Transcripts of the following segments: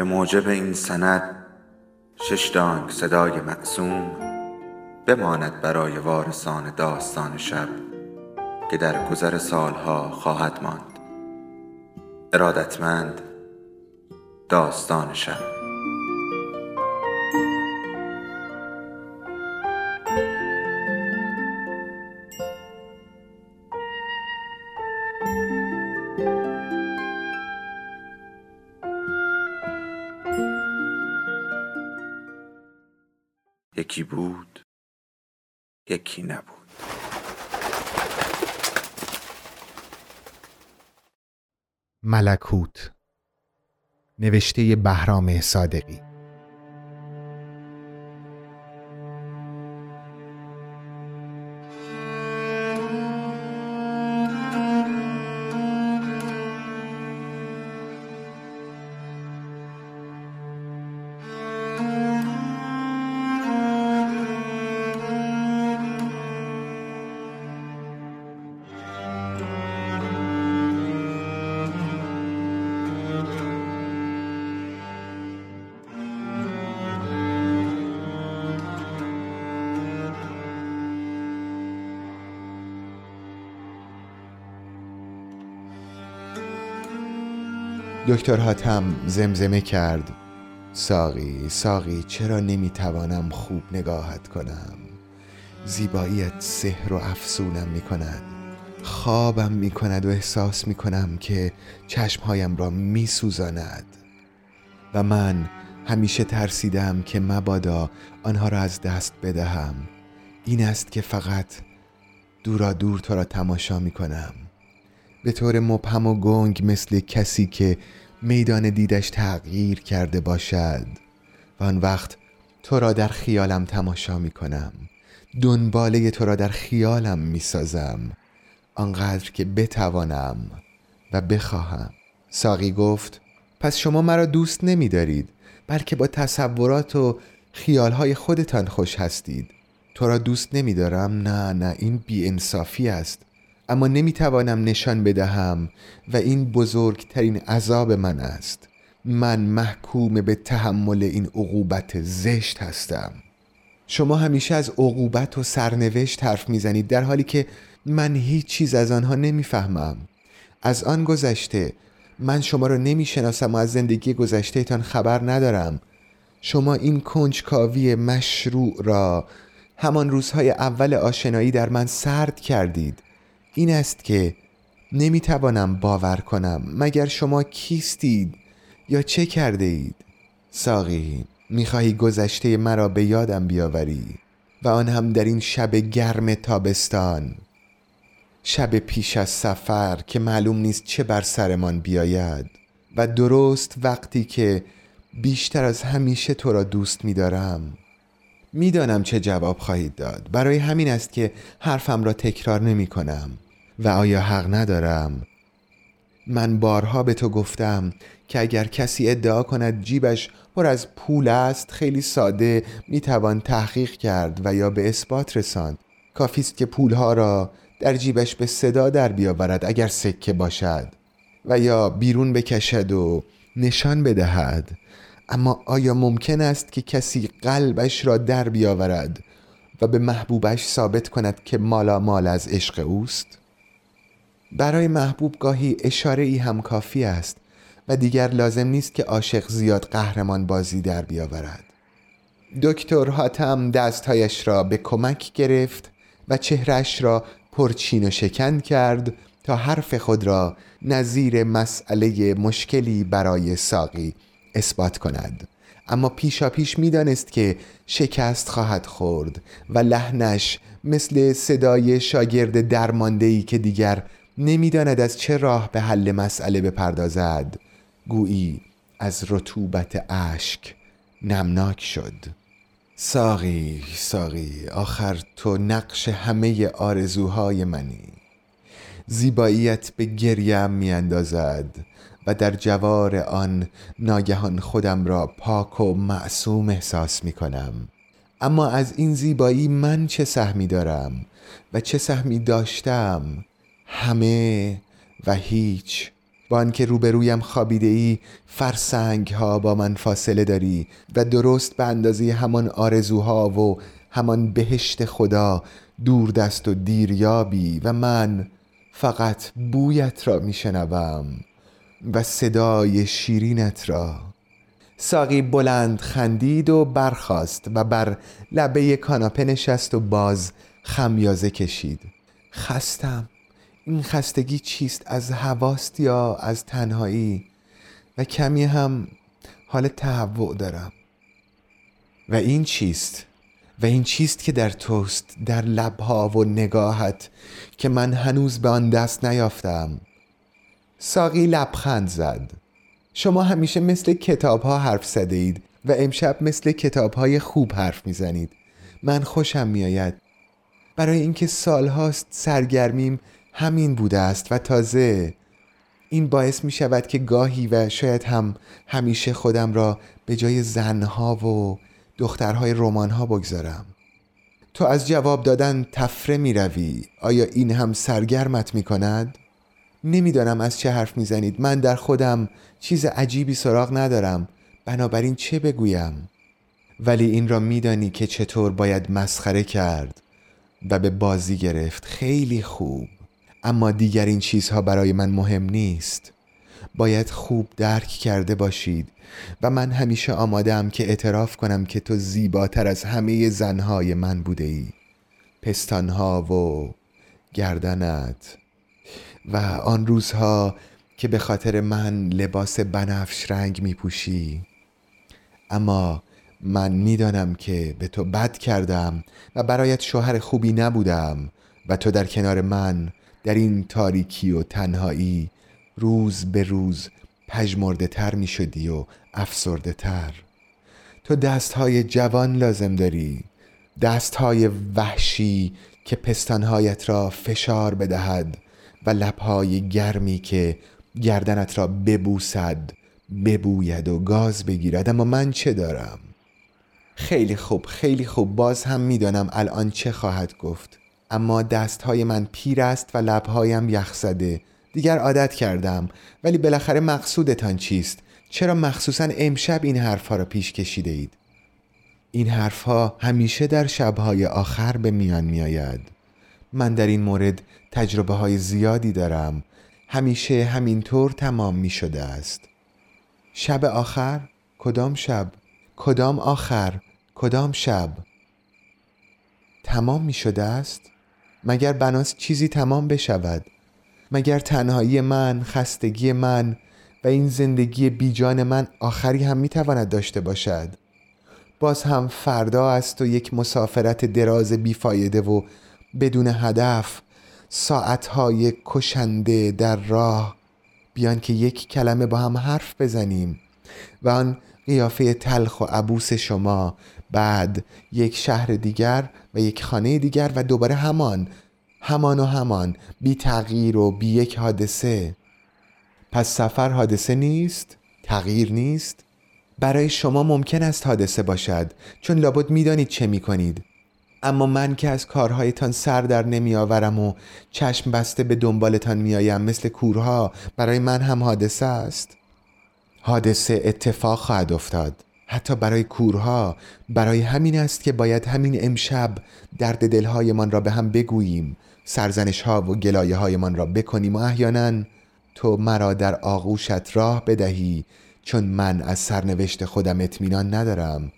به موجب این سند 6 دانگ صدای معصوم بماند برای وارثان داستان شب که در گذر سالها خواهد ماند. ارادتمند، داستان شب. یکی بود، یکی نبود. ملکوت، نوشته بهرام صادقی. دکتر حاتم زمزمه کرد: ساقی، ساقی، چرا نمیتوانم خوب نگاهت کنم؟ زیباییت سحر و افسونم میکند. خوابم میکند و احساس میکنم که چشمهایم را میسوزاند و من همیشه ترسیدم که مبادا آنها را از دست بدهم. این است که فقط دورا دور تو را تماشا میکنم، به طور مبهم و گنگ، مثل کسی که میدان دیدش تغییر کرده باشد و آن وقت تو را در خیالم تماشا می کنم، دنباله تو را در خیالم می سازم، آنقدر که بتوانم و بخواهم. ساقی گفت: پس شما مرا دوست نمی دارید، بلکه با تصورات و خیالهای خودتان خوش هستید. تو را دوست نمی دارم؟ نه، این بی انصافی است، اما نمیتوانم نشان بدهم و این بزرگترین عذاب من است. من محکوم به تحمل این عقوبت زشت هستم. شما همیشه از عقوبت و سرنوشت حرف میزنید، در حالی که من هیچ چیز از آنها نمیفهمم. از آن گذشته من شما را نمیشناسم و از زندگی گذشته تان خبر ندارم. شما این کنجکاوی مشروع را همان روزهای اول آشنایی در من سرد کردید. این است که نمیتوانم باور کنم. مگر شما کیستید یا چه کرده اید؟ ساقی، میخواهی گذشته مرا به یادم بیاوری و آن هم در این شب گرم تابستان، شب پیش از سفر که معلوم نیست چه بر سرمان بیاید و درست وقتی که بیشتر از همیشه تو را دوست میدارم. میدانم چه جواب خواهید داد، برای همین است که حرفم را تکرار نمی کنم. و آیا حق ندارم؟ من بارها به تو گفتم که اگر کسی ادعا کند جیبش پر از پول است، خیلی ساده میتوان تحقیق کرد و یا به اثبات رساند. کافی است که پولها را در جیبش به صدا در بیاورد اگر سکه باشد و یا بیرون بکشد و نشان بدهد. اما آیا ممکن است که کسی قلبش را در بیاورد و به محبوبش ثابت کند که مالا مال از عشق اوست؟ برای محبوب گاهی اشاره ای هم کافی است و دیگر لازم نیست که عاشق زیاد قهرمان بازی در بیاورد. دکتر حاتم دستهایش را به کمک گرفت و چهرش را پرچین و شکن کرد تا حرف خود را نظیر مسئله مشکلی برای ساقی اثبات کند. اما پیشا پیش می‌دانست که شکست خواهد خورد و لحنش مثل صدای شاگرد درمانده‌ای که دیگر نمی‌داند از چه راه به حل مسئله بپردازد، گویی از رطوبت اشک نمناک شد. ساقی، ساقی، آخر تو نقش همه آرزوهای منی. زیباییت به گریم می‌اندازد و در جوار آن ناگهان خودم را پاک و معصوم احساس می کنم. اما از این زیبایی من چه سهمی دارم و چه سهمی داشتم؟ همه و هیچ. با آنکه روبرویم خوابیده ای، فرسنگ ها با من فاصله داری و درست به اندازه همان آرزوها و همان بهشت خدا دور دست و دیریابی و من فقط بویت را میشنوم و صدای شیرینت را. ساقی بلند خندید و برخاست و بر لبه کاناپه نشست و باز خمیازه کشید. خستم. این خستگی چیست؟ از هواست یا از تنهایی؟ و کمی هم حال تهوع دارم. و این چیست؟ و این چیست که در توست، در لبها و نگاهت که من هنوز به آن دست نیافتم؟ ساقی لبخند زد. شما همیشه مثل کتاب ها حرف زده اید و امشب مثل کتاب های خوب حرف میزنید. من خوشم میآید، برای اینکه سالهاست سرگرمیم همین بوده است و تازه این باعث می شود که گاهی و شاید هم همیشه خودم را به جای زنها و دخترهای رمانها بگذارم. تو از جواب دادن تفره می روی. آیا این هم سرگرمت می کند؟ نمیدانم از چه حرف می زنید. من در خودم چیز عجیبی سراغ ندارم، بنابراین چه بگویم؟ ولی این را می دانی که چطور باید مسخره کرد و به بازی گرفت. خیلی خوب. اما دیگر این چیزها برای من مهم نیست. باید خوب درک کرده باشید و من همیشه آماده‌ام که اعتراف کنم که تو زیباتر از همه زنهای من بوده ای. پستانها و گردنت و آن روزها که به خاطر من لباس بنفش رنگ می پوشی. اما من می دانم که به تو بد کردم و برایت شوهر خوبی نبودم و تو در کنار من در این تاریکی و تنهایی روز به روز پژمرده تر می شدی و افسرده تر. تو دستهای جوان لازم داری، دستهای وحشی که پستانهایت را فشار بدهد و لبهای گرمی که گردنت را ببوسد، ببوید و گاز بگیرد. اما من چه دارم؟ خیلی خوب، خیلی خوب. باز هم میدانم الان چه خواهد گفت، اما دستهای من پیر است و لبهایم یخ زده. دیگر عادت کردم. ولی بالاخره مقصودتان چیست؟ چرا مخصوصا امشب این حرفها را پیش کشیده اید؟ این حرفها همیشه در شبهای آخر به میان می آید. من در این مورد تجربه های زیادی دارم. همیشه همینطور تمام می شده است. شب آخر؟ کدام شب؟ کدام آخر؟ کدام شب؟ تمام می شده است؟ مگر بناست چیزی تمام بشود؟ مگر تنهایی من، خستگی من و این زندگی بیجان من آخری هم می تواند داشته باشد؟ باز هم فردا است و یک مسافرت دراز بیفایده و بدون هدف، ساعتهای کشنده در راه، بیان که یک کلمه با هم حرف بزنیم و آن قیافه تلخ و عبوس شما، بعد یک شهر دیگر و یک خانه دیگر و دوباره همان و همان، بی تغییر و بی یک حادثه. پس سفر حادثه نیست؟ تغییر نیست؟ برای شما ممکن است حادثه باشد، چون لابد میدانید چه میکنید. اما من که از کارهایتان سر در نمی آورم و چشم بسته به دنبالتان می آیم مثل کورها، برای من هم حادثه است. حادثه اتفاق خواهد افتاد، حتی برای کورها. برای همین است که باید همین امشب درد دلهایمان را به هم بگوییم، سرزنش‌ها و گلایه‌هایمان را بکنیم و احیانا تو مرا در آغوشت راه بدهی، چون من از سرنوشت خودم اطمینان ندارم.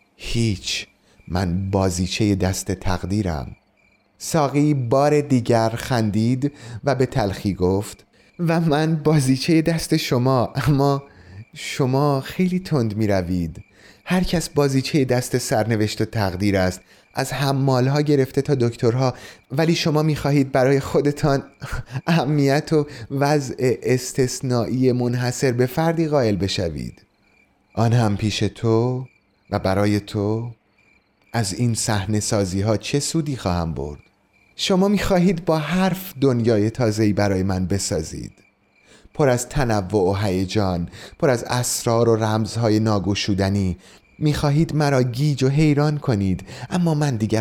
هیچ، من بازیچه دست تقدیرم. ساقی بار دیگر خندید و به تلخی گفت و من بازیچه دست شما، اما شما خیلی تند می روید. هر کس بازیچه دست سرنوشت و تقدیر است، از حمالها گرفته تا دکترها، ولی شما می خواهید برای خودتان اهمیت و وضع استثنایی منحصر به فردی قائل بشوید، آن هم پیش تو و برای تو. از این صحنه سازی ها چه سودی خواهم برد؟ شما می خواهید با حرف دنیای تازه‌ای برای من بسازید، پر از تنوع و هیجان، پر از اسرار و رمزهای ناگشودنی. می خواهید مرا گیج و حیران کنید، اما من دیگر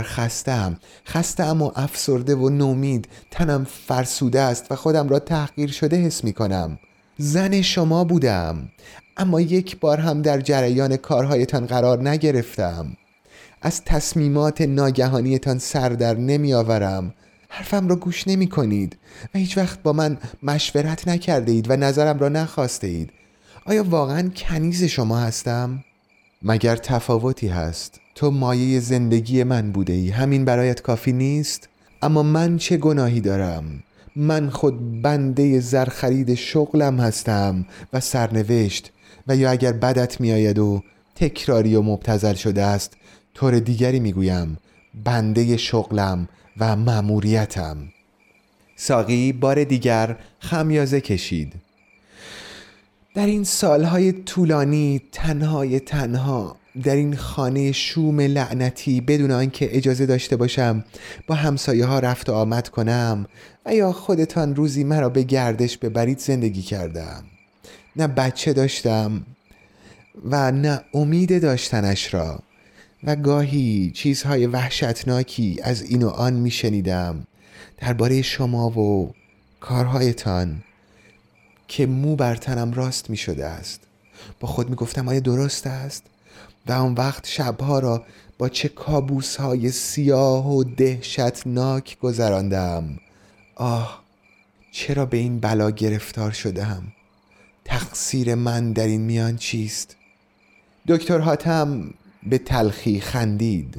خسته‌ام و افسرده و نومید. تنم فرسوده است و خودم را تحقیر شده حس می کنم. زن شما بودم، اما یک بار هم در جریان کارهایتان قرار نگرفتم. از تصمیمات ناگهانیتان سر در نمی آورم. حرفم را گوش نمی کنید و هیچ وقت با من مشورت نکرده اید و نظرم را نخواسته اید. آیا واقعا کنیز شما هستم؟ مگر تفاوتی هست؟ تو مایه زندگی من بوده ای، همین برایت کافی نیست؟ اما من چه گناهی دارم؟ من خود بنده زرخرید شغلم هستم و سرنوشت، و یا اگر بدت می آید و تکراری و مبتذل شده است، طور دیگری می گویم بنده شغلم و مأموریتم. ساقی بار دیگر خمیازه کشید. در این سالهای طولانی تنها در این خانه شوم لعنتی، بدون آنکه اجازه داشته باشم با همسایه ها رفت و آمد کنم و یا خودتان روزی مرا به گردش ببرید، زندگی کردم. نه بچه داشتم و نه امید داشتنش را، و گاهی چیزهای وحشتناکی از این و آن می شنیدم درباره شما و کارهایتان که مو بر تنم راست می شده است. با خود می گفتم آیا درست است؟ و آن وقت شبها را با چه کابوس‌های سیاه و دهشتناک گذراندم. آه، چرا به این بلا گرفتار شدم؟ تقصیر من در این میان چیست؟ دکتر حاتم به تلخی خندید.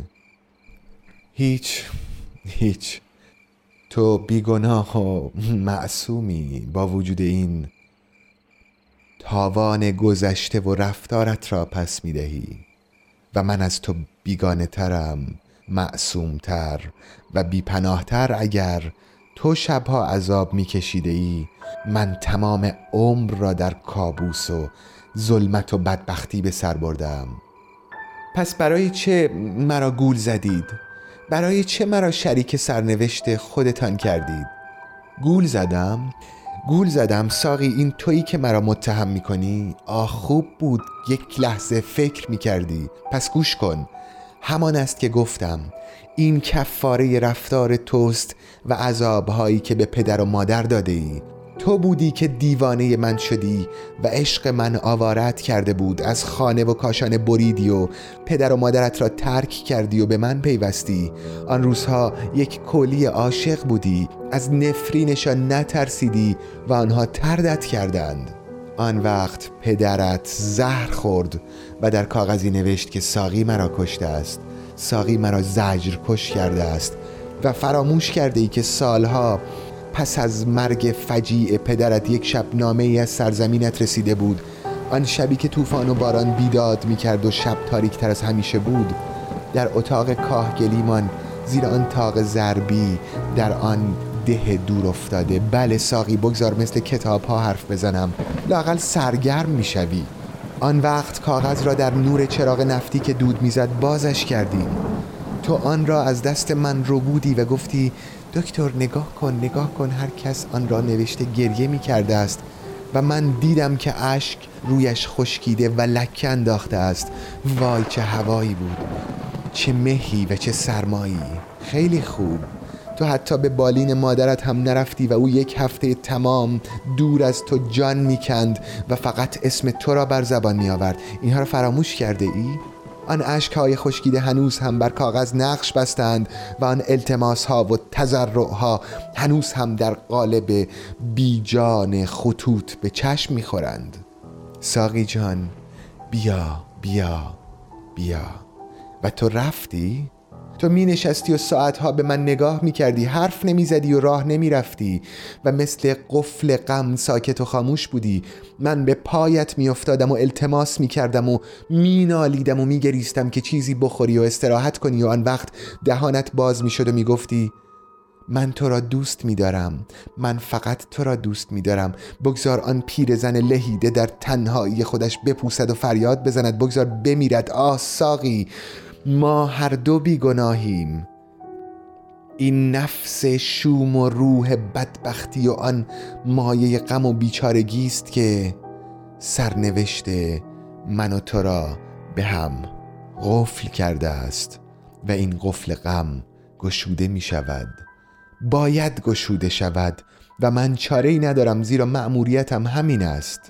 هیچ، تو بیگناه و معصومی، با وجود این تاوان گذشته و رفتارت را پس می دهی و من از تو بیگانه ترم، معصوم تر و بیپناه تر. اگر تو شبها عذاب می کشیده ای، من تمام عمر را در کابوس و ظلمت و بدبختی به سر بردم. پس برای چه مرا گول زدید؟ برای چه مرا شریک سرنوشت خودتان کردید؟ گول زدم ساقی، این تویی که مرا متهم میکنی؟ آه، خوب بود یک لحظه فکر میکردی. پس گوش کن. همان است که گفتم، این کفاره رفتار توست و عذابهایی که به پدر و مادر داده ای. تو بودی که دیوانه من شدی و عشق من آوارت کرده بود. از خانه و کاشانه بریدی و پدر و مادرت را ترک کردی و به من پیوستی. آن روزها یک کولی عاشق بودی، از نفرینشان نترسیدی و آنها طردت کردند. آن وقت پدرت زهر خورد و در کاغذی نوشت که ساقی مرا کشته است، ساقی مرا زجر کش کرده است، و فراموش کرده ای که سالها پس از مرگ فجیع پدرت یک شب نامه ای از سرزمینت رسیده بود. آن شبی که طوفان و باران بیداد می کرد و شب تاریک تر از همیشه بود. در اتاق کاهگلیمان زیر آن طاق ضربی در آن ده دور افتاده. بله ساقی، بگذار مثل کتاب ها حرف بزنم، لااقل سرگرم می شوی. آن وقت کاغذ را در نور چراغ نفتی که دود می زد بازش کردیم. تو آن را از دست من رو بودی و گفتی دکتر نگاه کن، هر کس آن را نوشته گریه می کرده است. و من دیدم که اشک رویش خشکیده و لکه انداخته است. وای چه هوایی بود، چه مهی و چه سرمایی. خیلی خوب. تو حتی به بالین مادرت هم نرفتی و او یک هفته تمام دور از تو جان میکند و فقط اسم تو را بر زبان می آورد. اینها را فراموش کرده ای؟ آن اشک‌های خشکیده هنوز هم بر کاغذ نقش بستند و آن التماس‌ها و تضرع‌ها هنوز هم در قالب بیجان خطوط به چشم می‌خورند. ساقی جان، بیا. و تو رفتی؟ تو می نشستی و ساعتها به من نگاه می کردی، حرف نمی زدی و راه نمی رفتی و مثل قفل غم ساکت و خاموش بودی. من به پایت می افتادم و التماس می کردم و می نالیدم و می گریستم که چیزی بخوری و استراحت کنی، و آن وقت دهانت باز می شد و می گفتی من تو را دوست می دارم، من فقط تو را دوست می دارم. بگذار آن پیرزن لهیده در تنهایی خودش بپوسد و فریاد بزند، بگذار بمیرد. آه ساقی، ما هر دو بیگناهیم. این نفس شوم و روح بدبختی و آن مایه غم و بیچارگی است که سرنوشت من و تو را به هم قفل کرده است و این قفل غم گشوده می شود. باید گشوده شود و من چاره‌ای ندارم زیرا مأموریتم همین است.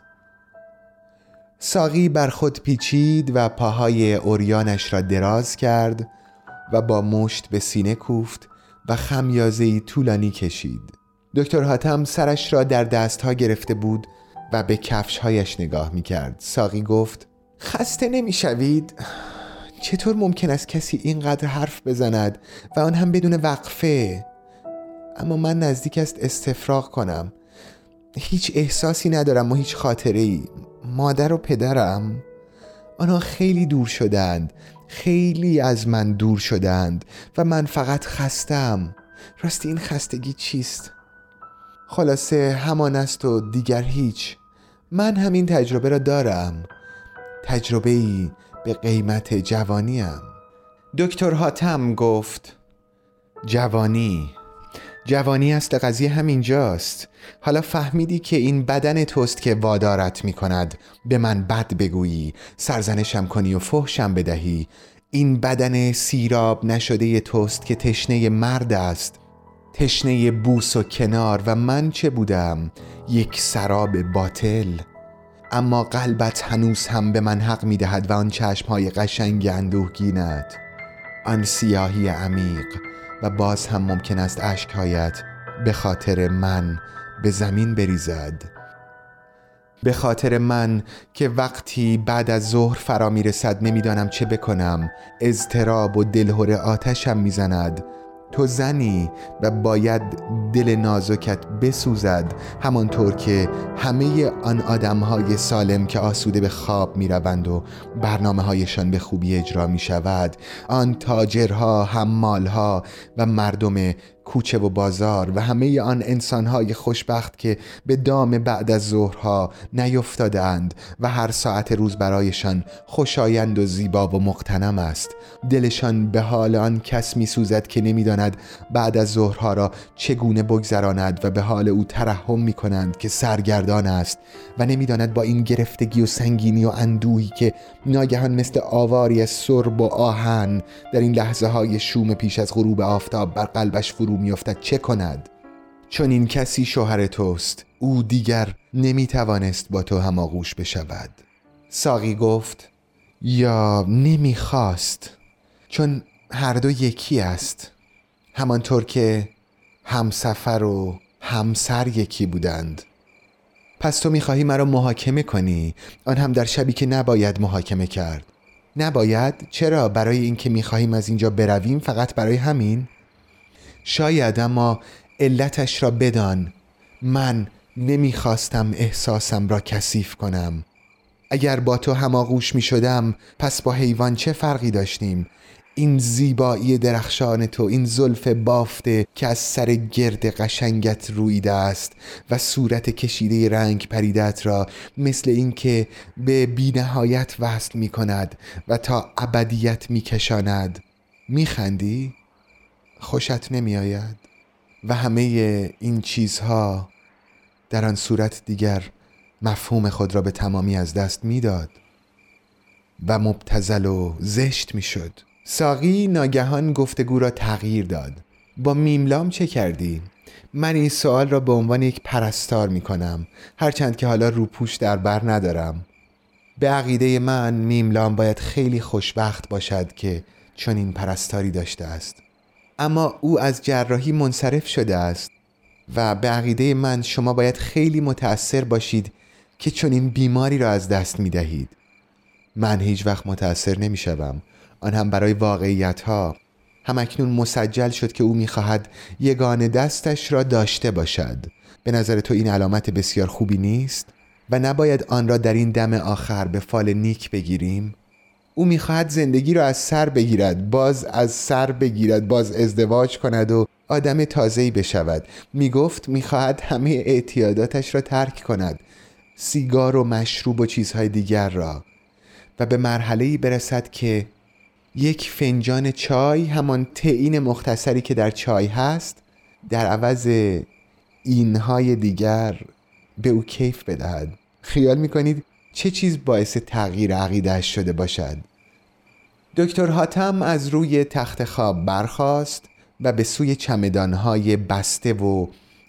ساقی بر خود پیچید و پاهای عریانش را دراز کرد و با مشت به سینه کوفت و خمیازه‌ای طولانی کشید. دکتر حاتم سرش را در دستها گرفته بود و به کفشهایش نگاه می‌کرد. ساقی گفت: خسته نمی‌شوید؟ چطور ممکن است کسی اینقدر حرف بزند و آن هم بدون وقفه؟ اما من نزدیک است استفراغ کنم. هیچ احساسی ندارم و هیچ خاطره‌ای. مادر و پدرم، آنها خیلی دور شدند، خیلی از من دور شدند و من فقط خستم. راستی این خستگی چیست؟ خلاصه همان است و دیگر هیچ. من همین تجربه را دارم، تجربه‌ای به قیمت جوانیم. دکتر حاتم گفت: جوانی است قضیه همینجاست. حالا فهمیدی که این بدن توست که وادارت می کند به من بد بگویی، سرزنشم کنی و فحشم بدهی. این بدن سیراب نشده توست که تشنه مرد است، تشنه بوس و کنار. و من چه بودم؟ یک سراب باطل. اما قلبت هنوز هم به من حق می دهد و آن چشمهای قشنگ اندوهگینت، آن سیاهی عمیق، و باز هم ممکن است اشکهایت به خاطر من به زمین بریزد. به خاطر من که وقتی بعد از ظهر فرا می رسد نمیدانم چه بکنم. اضطراب و دلهره آتشم می زند. تو زنی و باید دل نازکت بسوزد، همانطور که همه آن آدمهای سالم که آسوده به خواب می روند و برنامه هایشان به خوبی اجرا می شود، آن تاجرها، حمالها و مردم کوچه و بازار و همه آن انسانهای خوشبخت که به دام بعد از ظهرها نیفتادند و هر ساعت روز برایشان خوشایند و زیبا و مغتنم است. دلشان به حال آن کس می سوزد که نمیداند بعد از ظهرها را چگونه بگذراند و به حال او ترحم می کنند که سرگردان است و نمیداند با این گرفتگی و سنگینی و اندوهی که ناگهان مثل آواری از سرب و آهن در این لحظه های شوم پیش از غروب آفتاب بر قلبش فرو میافتد چه کند. چون این کسی شوهر توست، او دیگر نمیتوانست با تو هماغوش بشود. ساقی گفت: یا نمیخواست، چون هر دو یکی است، همانطور که همسفر و همسر یکی بودند. پس تو میخواهی مرا محاکمه کنی، آن هم در شبی که نباید محاکمه کرد. نباید؟ چرا؟ برای اینکه میخواهیم از اینجا برویم؟ فقط برای همین؟ شاید، اما علتش را بدان. من نمیخواستم احساسم را کثیف کنم. اگر با تو هماغوش میشدم پس با حیوان چه فرقی داشتیم؟ این زیبایی درخشان تو، این زلف بافته که از سر گرد قشنگت رویده است و صورت کشیده رنگ پریدت را مثل این که به بی‌نهایت وصل می کند و تا ابدیت می کشاند. می خندی؟ خوشت نمی آید؟ و همه این چیزها در آن صورت دیگر مفهوم خود را به تمامی از دست می داد و مبتذل و زشت می شد. ساقی ناگهان گفتگو را تغییر داد. با میملام چه کردی؟ من این سوال را به عنوان یک پرستار می کنم، هرچند که حالا روپوش در بر ندارم. به عقیده من میملام باید خیلی خوشبخت باشد که چنین پرستاری داشته است. اما او از جراحی منصرف شده است و به عقیده من شما باید خیلی متأثر باشید که چنین بیماری را از دست می دهید. من هیچ وقت متأثر نمی شدم، آن هم برای واقعیت ها. همکنون مسجل شد که او می خواهد یگانه دستش را داشته باشد. به نظر تو این علامت بسیار خوبی نیست؟ و نباید آن را در این دم آخر به فال نیک بگیریم؟ او می خواهد زندگی را از سر بگیرد، باز از سر بگیرد، باز ازدواج کند و آدم تازه‌ای بشود. می گفت می خواهد همه اعتیاداتش را ترک کند، سیگار و مشروب و چیزهای دیگر را، و به مرحله‌ای برسد که یک فنجان چای، همان تعیین مختصری که در چای هست، در عوض اینهای دیگر به او کیف بدهد. خیال میکنید چه چیز باعث تغییر عقیده‌اش شده باشد؟ دکتر حاتم از روی تخت خواب برخاست و به سوی چمدانهای بسته و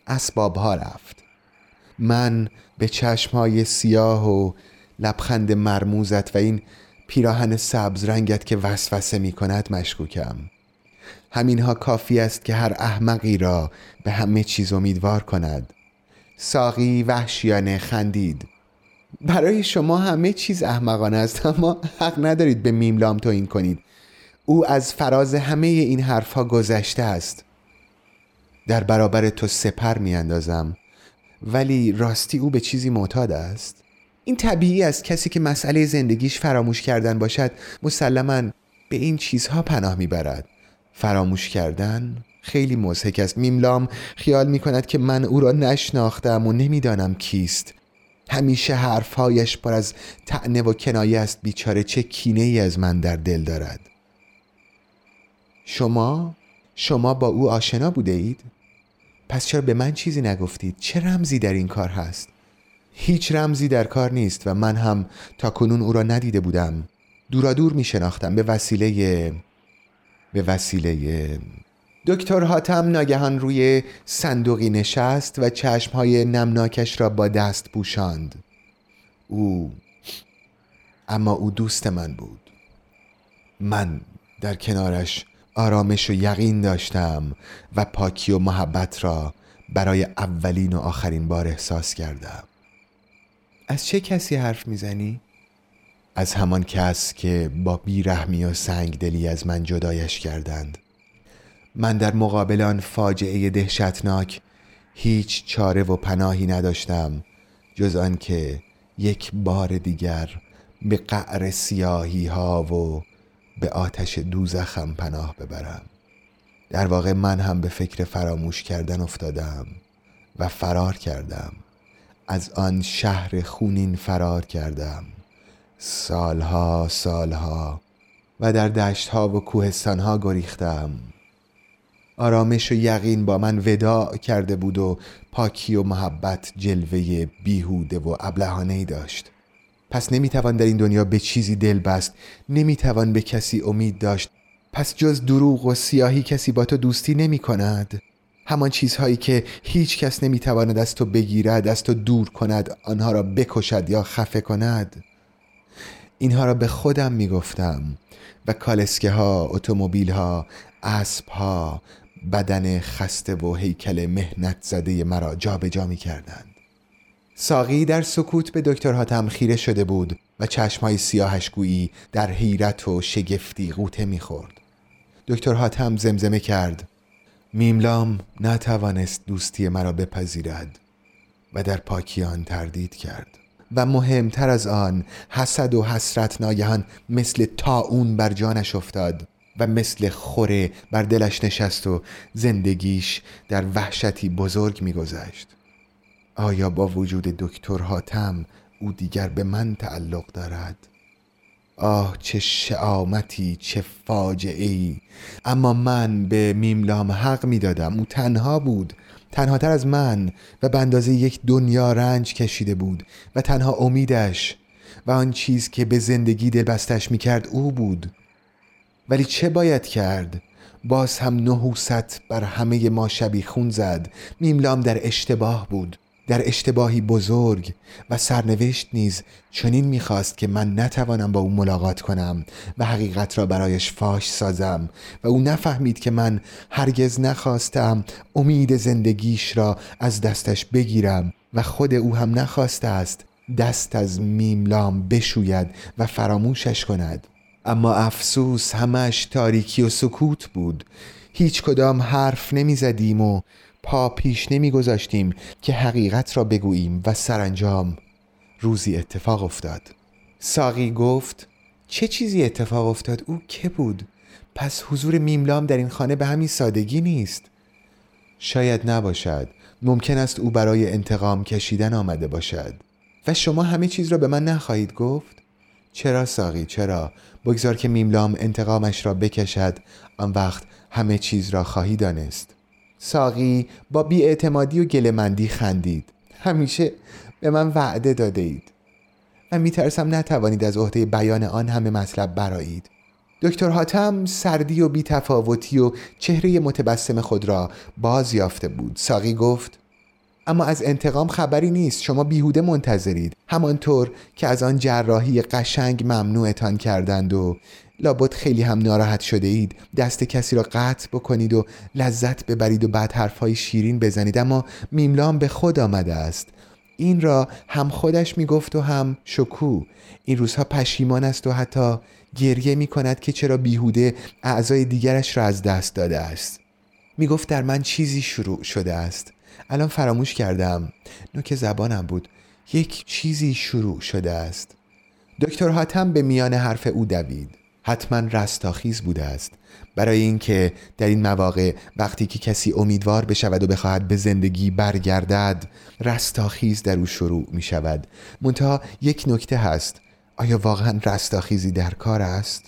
اسبابها رفت. من به چشمهای سیاه و لبخند مرموزت و این پیراهن سبز رنگت که وسوسه می کند مشکوکم. همینها کافی است که هر احمقی را به همه چیز امیدوار کند. ساقی وحشیانه خندید. برای شما همه چیز احمقانه است، اما حق ندارید به میملام توهین کنید. او از فراز همه این حرفها گذشته است. در برابر تو سپر می اندازم، ولی راستی او به چیزی معتاد است. این طبیعی است. کسی که مسئله زندگیش فراموش کردن باشد مسلماً به این چیزها پناه میبرد. فراموش کردن خیلی مضحک است. میملام خیال میکند که من او را نشناختم و نمیدانم کیست. همیشه حرفهایش پر از طعنه و کنایه است. بیچاره چه کینه ای از من در دل دارد. شما با او آشنا بوده اید؟ پس چرا به من چیزی نگفتید؟ چه رمزی در این کار هست؟ هیچ رمزی در کار نیست و من هم تا کنون او را ندیده بودم. دورادور می شناختم به وسیله دکتر حاتم ناگهان روی صندوقی نشست و چشمهای نمناکش را با دست پوشاند. اما او دوست من بود. من در کنارش آرامش و یقین داشتم و پاکی و محبت را برای اولین و آخرین بار احساس کردم. از چه کسی حرف میزنی؟ از همان کس که با بیرحمی و سنگدلی از من جدایش کردند. من در مقابل آن فاجعه دهشتناک هیچ چاره و پناهی نداشتم جز آن که یک بار دیگر به قعر سیاهی ها و به آتش دوزخم پناه ببرم. در واقع من هم به فکر فراموش کردن افتادم و فرار کردم. از آن شهر خونین فرار کردم. سالها و در دشتها و کوهستانها گریختم. آرامش و یقین با من وداع کرده بود و پاکی و محبت جلوه بیهوده و ابلهانه‌ای داشت. پس نمیتوان در این دنیا به چیزی دل بست، نمیتوان به کسی امید داشت. پس جز دروغ و سیاهی کسی با تو دوستی نمی کند. همان چیزهایی که هیچ کس نمیتواند از تو بگیرد، از تو دور کند، آنها را بکشد یا خفه کند. اینها را به خودم میگفتم و کالسکه ها، اتومبیل ها، اسب ها بدن خسته و هیکل مهنت زده مرا جا به جا می کردند. ساقی در سکوت به دکتر حاتم خیره شده بود و چشمهای سیاهش گویی در حیرت و شگفتی غوطه می خورد. دکتر حاتم زمزمه کرد: میملام نتوانست دوستی مرا بپذیرد و در پاکی آن تردید کرد و مهمتر از آن حسد و حسرت ناگهان مثل طاعون بر جانش افتاد و مثل خوره بر دلش نشست و زندگیش در وحشتی بزرگ می‌گذشت. آیا با وجود دکتر حاتم او دیگر به من تعلق دارد؟ آه چه شعامتی، چه فاجعه‌ای! اما من به میملام حق می‌دادم. او تنها بود، تنهاتر از من و به اندازه یک دنیا رنج کشیده بود و تنها امیدش و آن چیز که به زندگی دلبستش می‌کرد او بود. ولی چه باید کرد؟ باز هم نحوست بر همه ما شبیخون زد. میملام در اشتباه بود، در اشتباهی بزرگ، و سرنوشت نیز چنین میخواست که من نتوانم با او ملاقات کنم و حقیقت را برایش فاش سازم و او نفهمید که من هرگز نخواستم امید زندگیش را از دستش بگیرم و خود او هم نخواسته است دست از میملام بشوید و فراموشش کند. اما افسوس همش تاریکی و سکوت بود. هیچ کدام حرف نمی زدیم و پا پیش نمی گذاشتیم که حقیقت را بگوییم و سرانجام روزی اتفاق افتاد. ساقی گفت: چه چیزی اتفاق افتاد؟ او که بود؟ پس حضور میملام در این خانه به همین سادگی نیست. شاید نباشد. ممکن است او برای انتقام کشیدن آمده باشد. و شما همه چیز را به من نخواهید گفت؟ چرا ساقی، چرا؟ بگذار که میملام انتقامش را بکشد، آن وقت همه چیز را خواهی دانست. ساقی با بی‌اعتمادی و گله‌مندی خندید. همیشه به من وعده داده اید و میترسم نتوانید از عهده بیان آن همه مطلب برآیید. دکتر حاتم سردی و بی‌تفاوتی و چهره متبسم خود را باز یافته بود. ساقی گفت: اما از انتقام خبری نیست. شما بیهوده منتظرید، همانطور که از آن جراحی قشنگ ممنوعتان کردند و لابد خیلی هم ناراحت شده اید دست کسی را قطع بکنید و لذت ببرید و بعد حرفهای شیرین بزنید. اما میملام به خود آمده است. این را هم خودش میگفت و هم شکو. این روزها پشیمان است و حتی گریه میکند که چرا بیهوده اعضای دیگرش را از دست داده است. میگفت در من چیزی شروع شده است. الان فراموش کردم، نوک زبانم بود. یک چیزی شروع شده است. دکتر حاتم به میان حرف او دوید. حتما رستاخیز بوده است، برای اینکه در این مواقع وقتی که کسی امیدوار بشود و بخواهد به زندگی برگردد، رستاخیز در او شروع می شود. منتها یک نکته هست، آیا واقعا رستاخیزی در کار است؟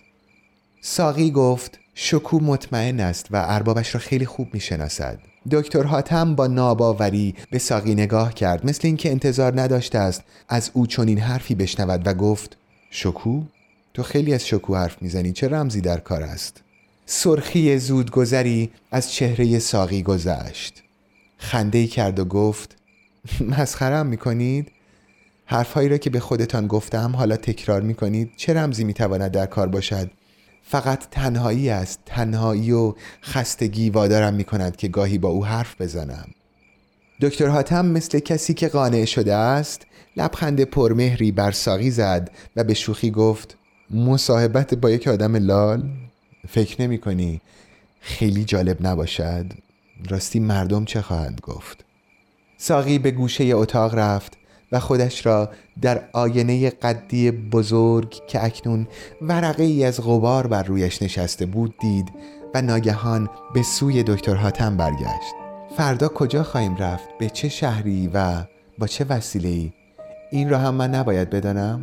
ساقی گفت شکو مطمئن است و اربابش را خیلی خوب می شناسد. دکتر حاتم با ناباوری به ساقی نگاه کرد، مثل اینکه انتظار نداشته است از او چنین حرفی بشنود و گفت شکو؟ تو خیلی از شکو حرف میزنی، چه رمزی در کار است؟ سرخی زودگذری از چهره ساقی گذشت. خنده‌ای کرد و گفت مسخره‌ام میکنید؟ حرفهایی را که به خودتان گفتم حالا تکرار میکنید. چه رمزی میتواند در کار باشد؟ فقط تنهایی است. تنهایی و خستگی وادارم میکند که گاهی با او حرف بزنم. دکتر حاتم مثل کسی که قانع شده است لبخند پرمهری بر ساقی زد و به شوخی گفت مصاحبت با یک آدم لال؟ فکر نمی کنی خیلی جالب نباشد؟ راستی مردم چه خواهند گفت؟ ساقی به گوشه اتاق رفت و خودش را در آینه قدی بزرگ که اکنون ورقه ای از غبار بر رویش نشسته بود دید و ناگهان به سوی دکتر حاتم برگشت. فردا کجا خواهیم رفت؟ به چه شهری و با چه وسیله‌ای؟ این را هم من نباید بدانم؟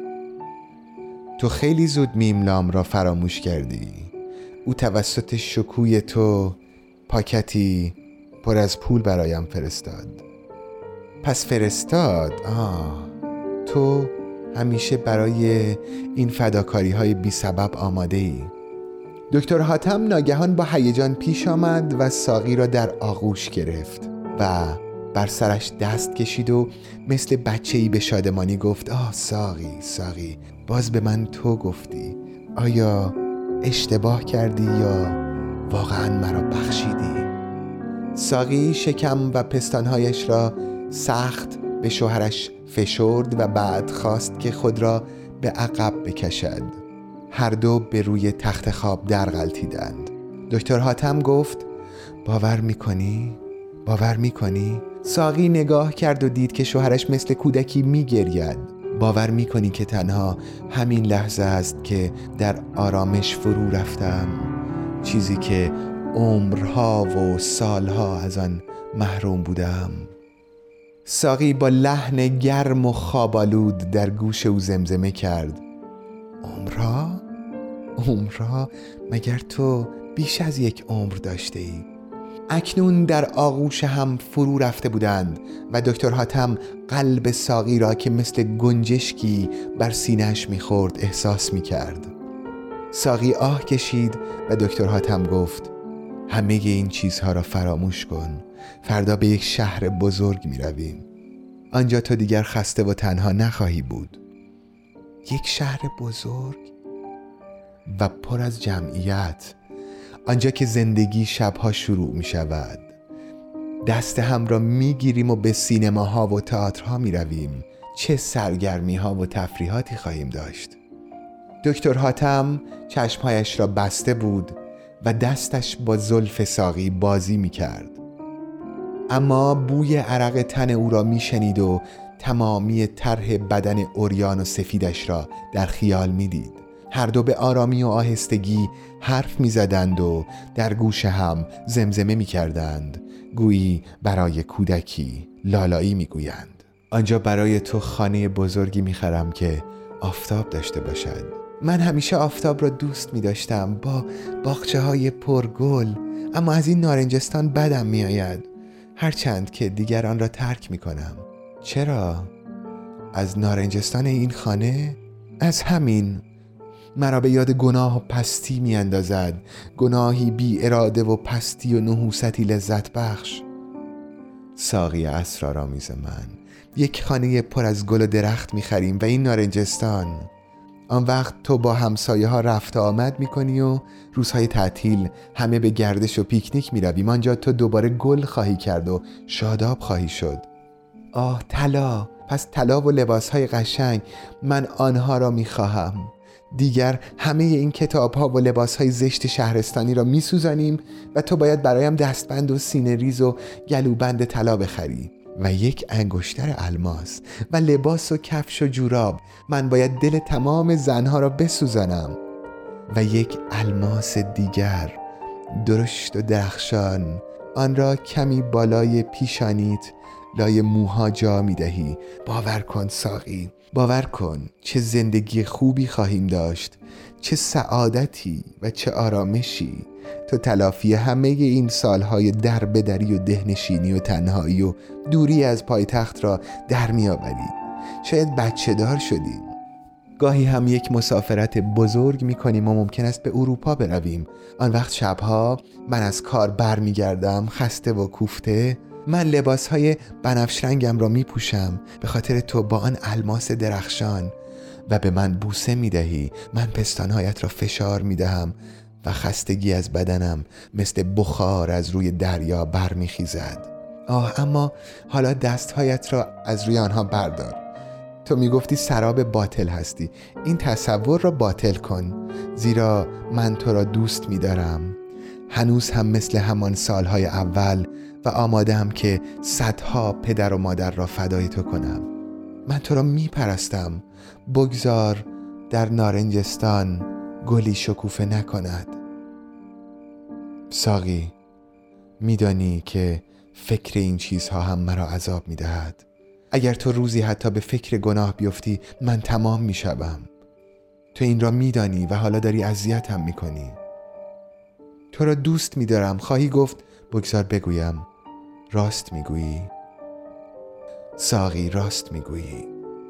تو خیلی زود میملام را فراموش کردی. او توسط شکوی تو پاکتی پر از پول برایم فرستاد. پس فرستاد؟ تو همیشه برای این فداکاری های بی سبب آماده ای. دکتر حاتم ناگهان با هیجان پیش آمد و ساقی را در آغوش گرفت و بر سرش دست کشید و مثل بچه‌ای به شادمانی گفت ساقی باز به من تو گفتی. آیا اشتباه کردی یا واقعا مرا بخشیدی؟ ساقی شکم و پستانهایش را سخت به شوهرش فشرد و بعد خواست که خود را به عقب بکشد. هر دو به روی تخت خواب در غلتیدند. دکتر حاتم گفت باور میکنی؟ ساقی نگاه کرد و دید که شوهرش مثل کودکی میگرید. باور میکنی که تنها همین لحظه است که در آرامش فرو رفتم؟ چیزی که عمرها و سالها از آن محروم بودم. ساقی با لحن گرم و خوابالود در گوش او زمزمه کرد عمرها؟ مگر تو بیش از یک عمر داشته ای؟ اکنون در آغوش هم فرو رفته بودند و دکتر حاتم قلب ساقی را که مثل گنجشکی بر سینه‌اش می‌خورد احساس می‌کرد. ساقی آه کشید و دکتر حاتم گفت همه این چیزها را فراموش کن. فردا به یک شهر بزرگ می‌رویم. آنجا تو دیگر خسته و تنها نخواهی بود. یک شهر بزرگ و پر از جمعیت، آنجا که زندگی شبها شروع می شود. دست هم را می گیریم و به سینماها و تئاترها می رویم. چه سرگرمی ها و تفریحاتی خواهیم داشت. دکتر حاتم چشمهایش را بسته بود و دستش با زلف ساقی بازی می کرد. اما بوی عرق تن او را می شنید و تمامی طرح بدن عریان و سفیدش را در خیال می دید. هر دو به آرامی و آهستگی حرف می زدند و در گوش هم زمزمه می کردند، گویی برای کودکی لالایی می گویند. آنجا برای تو خانه بزرگی می خرم که آفتاب داشته باشد. من همیشه آفتاب را دوست می داشتم، با باغچه های پرگل، اما از این نارنجستان بدم می آید. هرچند که دیگر آن را ترک می کنم. چرا؟ از نارنجستان این خانه؟ از همین. مرا به یاد گناه و پستی می اندازد. گناهی بی اراده و پستی و نحوستی لذت بخش. ساقی اسرارآمیز من، یک خانه پر از گل و درخت می‌خریم و این نارنجستان. آن وقت تو با همسایه ها رفت آمد میکنی و روزهای تعطیل همه به گردش و پیکنیک میرویم. آنجا تو دوباره گل خواهی کرد و شاداب خواهی شد. آه طلا، پس طلا و لباسهای قشنگ، من آنها را میخواهم. دیگر همه این کتابها و لباسهای زشت شهرستانی را میسوزانیم و تو باید برایم دستبند و سینه ریز و گلوبند طلا بخری و یک انگشتر الماس و لباس و کفش و جوراب. من باید دل تمام زنها را بسوزانم و یک الماس دیگر درشت و درخشان، آن را کمی بالای پیشانیت لای موها جا می دهی. باور کن ساقی، باور کن چه زندگی خوبی خواهیم داشت، چه سعادتی و چه آرامشی. تو تلافی همه این سالهای دربدری و دهنشینی و تنهایی و دوری از پایتخت را در می آوری. شاید بچه دار شدیم. گاهی هم یک مسافرت بزرگ می کنیم و ممکن است به اروپا برویم. آن وقت شبها من از کار بر می گردم خسته و کوفته. من لباسهای بنفش رنگم را می پوشم به خاطر تو با آن الماس درخشان و به من بوسه می دهی. من پستانهایت را فشار می دهم و خستگی از بدنم مثل بخار از روی دریا بر می خیزد. اما حالا دستهایت را از روی آنها بردار. تو می گفتی سراب باطل هستی. این تصور را باطل کن، زیرا من تو را دوست می دارم. هنوز هم مثل همان سالهای اول و آماده‌ام که صدها پدر و مادر را فدای تو کنم. من تو را می پرستم. بگذار در نارنجستان گلی شکوفه نکند. ساقی، میدانی که فکر این چیزها هم مرا عذاب میدهد. اگر تو روزی حتی به فکر گناه بیفتی من تمام میشوم. تو این را میدانی و حالا داری اذیتم میکنی. تو را دوست میدارم. خواهی گفت بگذار بگویم. راست میگویی ساقی، راست میگویی.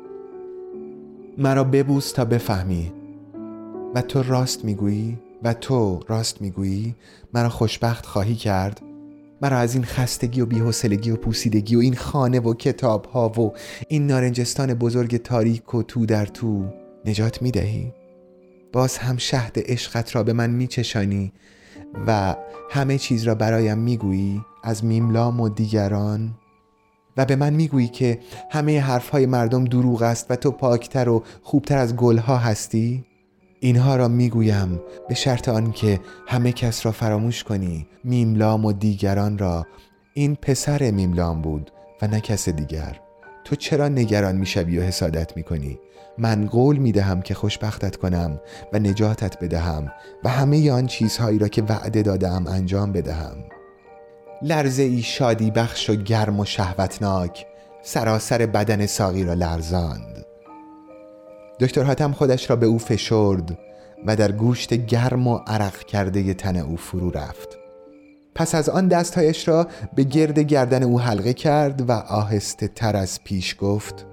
مرا ببوس تا بفهمی. و تو راست میگویی؟ و تو راست میگویی؟ مرا خوشبخت خواهی کرد؟ مرا از این خستگی و بی‌حوصلگی و پوسیدگی و این خانه و کتاب ها و این نارنجستان بزرگ تاریک و تو در تو نجات میدهی؟ باز هم شهد عشقت را به من میچشانی و همه چیز را برایم میگویی از میملام و دیگران و به من میگویی که همه حرفهای مردم دروغ است و تو پاکتر و خوبتر از گلها هستی. اینها را میگویم به شرط آن که همه کس را فراموش کنی، میملام و دیگران را. این پسر میملام بود و نه کس دیگر. تو چرا نگران میشوی و حسادت میکنی؟ من قول میدهم که خوشبختت کنم و نجاتت بدهم و همه آن چیزهایی را که وعده دادم انجام بدهم. لرزه ای شادی بخش و گرم و شهوتناک سراسر بدن ساقی را لرزاند. دکتر حاتم خودش را به او فشرد و در گوشت گرم و عرق کرده تن او فرو رفت. پس از آن دستهایش را به گرد گردن او حلقه کرد و آهسته تر از پیش گفت: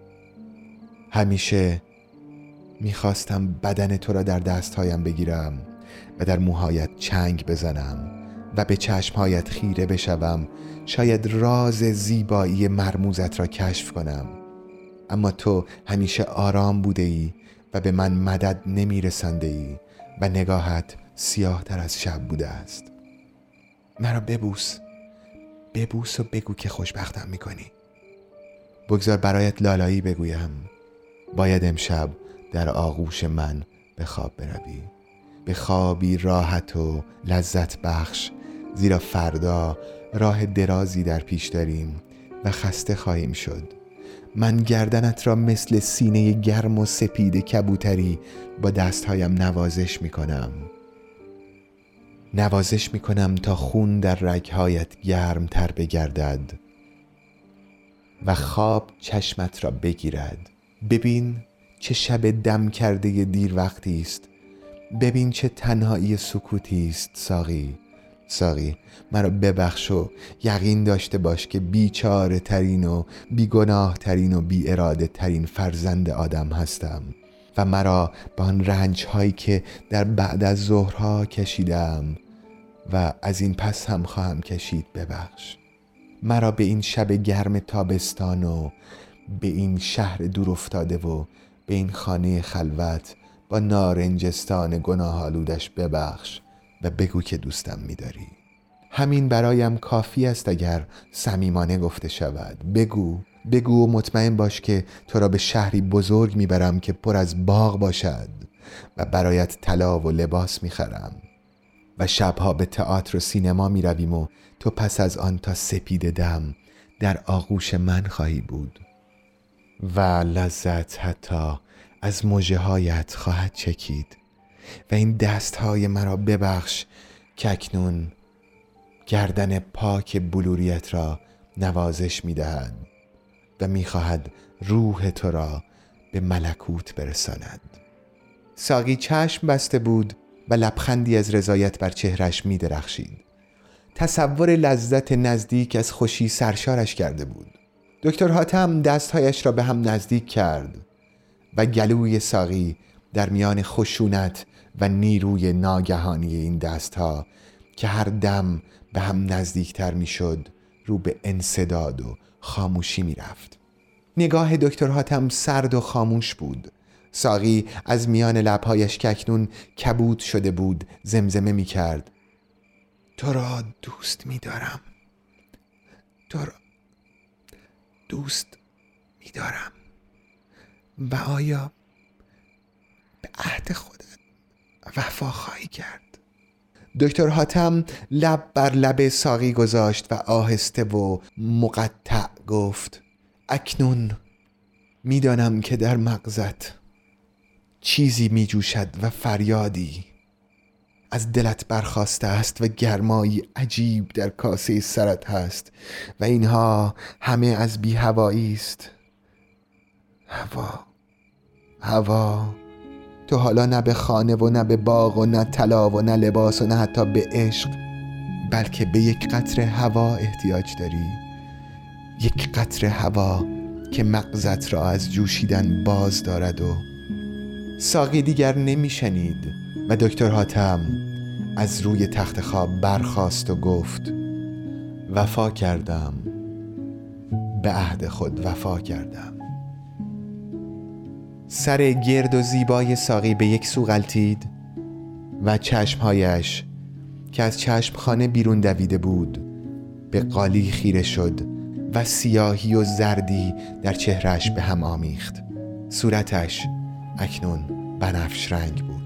همیشه میخواستم بدن تو را در دستهایم بگیرم و در موهایت چنگ بزنم و به چشمهایت خیره بشوم، شاید راز زیبایی مرموزت را کشف کنم. اما تو همیشه آرام بوده ای و به من مدد نمی رسانده ای و نگاهت سیاه تر از شب بوده است. مرا ببوس و بگو که خوشبختم می کنی. بگذار برایت لالایی بگویم. باید امشب در آغوش من به خواب بروی، به خوابی راحت و لذت بخش، زیرا فردا راه درازی در پیش داریم و خسته خواهیم شد. من گردنت را مثل سینه گرم و سپید کبوتری با دستهایم نوازش می کنم تا خون در رگهایت گرم تر بگردد و خواب چشمت را بگیرد. ببین چه شب دم کرده دیر وقتی است. ببین چه تنهایی سکوتی است. ساقی مرا ببخش و یقین داشته باش که بیچاره ترین و بیگناه ترین و بی اراده ترین فرزند آدم هستم و مرا با آن رنج هایی که در بعد از ظهرها کشیدم و از این پس هم خواهم کشید ببخش. مرا به این شب گرم تابستان و به این شهر دور افتاده و به این خانه خلوت با نارنجستان گناه‌آلودش ببخش و بگو که دوستم می‌داری. همین برایم کافی است اگر صمیمانه گفته شود. بگو و مطمئن باش که تو را به شهری بزرگ میبرم که پر از باغ باشد و برایت طلا و لباس میخرم و شبها به تئاتر و سینما میرویم و تو پس از آن تا سپید دم در آغوش من خواهی بود و لذت حتی از مژه‌هایت خواهد چکید و این دستهای مرا ببخش که اکنون گردن پاک بلوریت را نوازش میدهد و میخواهد روح تو را به ملکوت برساند. ساقی چشم بسته بود و لبخندی از رضایت بر چهرش میدرخشید. تصور لذت نزدیک از خوشی سرشارش کرده بود. دکتر حاتم دستهایش را به هم نزدیک کرد و گلوی ساقی در میان خشونت و نیروی ناگهانی این دستها که هر دم به هم نزدیکتر میشد رو به انسداد و خاموشی میرفت. نگاه دکتر حاتم سرد و خاموش بود. ساقی از میان لبهایش که اکنون کبود شده بود زمزمه میکرد: تو را دوست میدارم، تو را دوست میدارم و آیا به عهد خودت وفا خواهی کرد؟ دکتر حاتم لب بر لب ساقی گذاشت و آهسته و مقطع گفت: اکنون میدانم که در مغزت چیزی می جوشد و فریادی از دلت برخاسته است و گرمایی عجیب در کاسه سرت هست و اینها همه از بی هوایی است. هوا. تو حالا نه به خانه و نه به باغ و نه طلا و نه لباس و نه حتی به عشق، بلکه به یک قطره هوا احتیاج داری. یک قطره هوا که مغزت را از جوشیدن باز دارد. و ساقی دیگر نمیشنید و دکتر حاتم از روی تخت خواب برخاست و گفت: وفا کردم، به عهد خود وفا کردم. سر گرد و زیبای ساقی به یک سو غلتید و چشمهایش که از چشمخانه بیرون دویده بود به قالی خیره شد و سیاهی و زردی در چهرش به هم آمیخت. صورتش اکنون بنفش رنگ بود.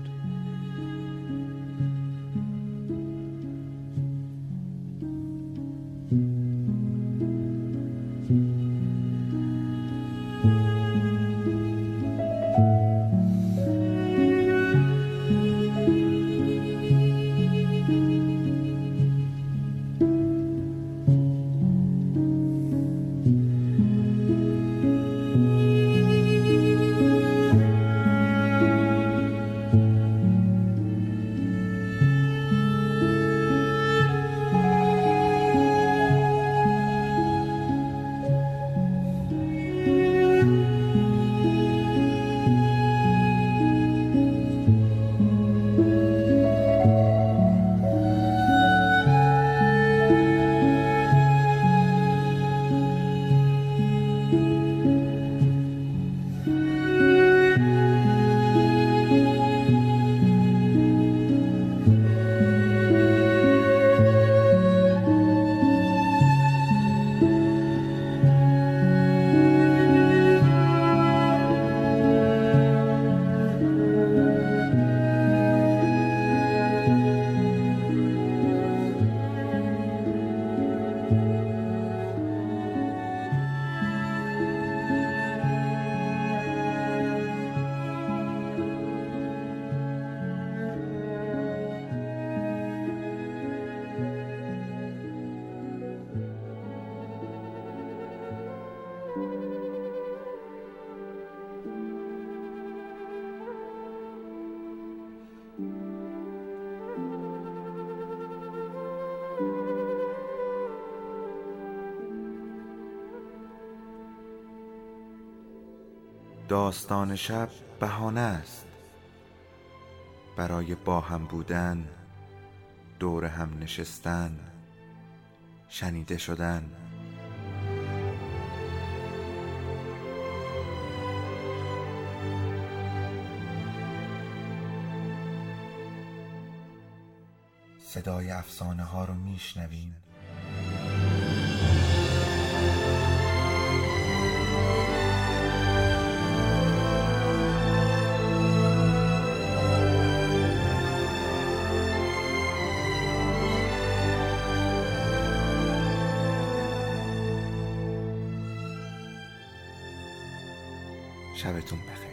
داستان شب بهانه است برای با هم بودن، دور هم نشستن، شنیده شدن. صدای افسانه ها رو میشنویم. شبتون بخیر.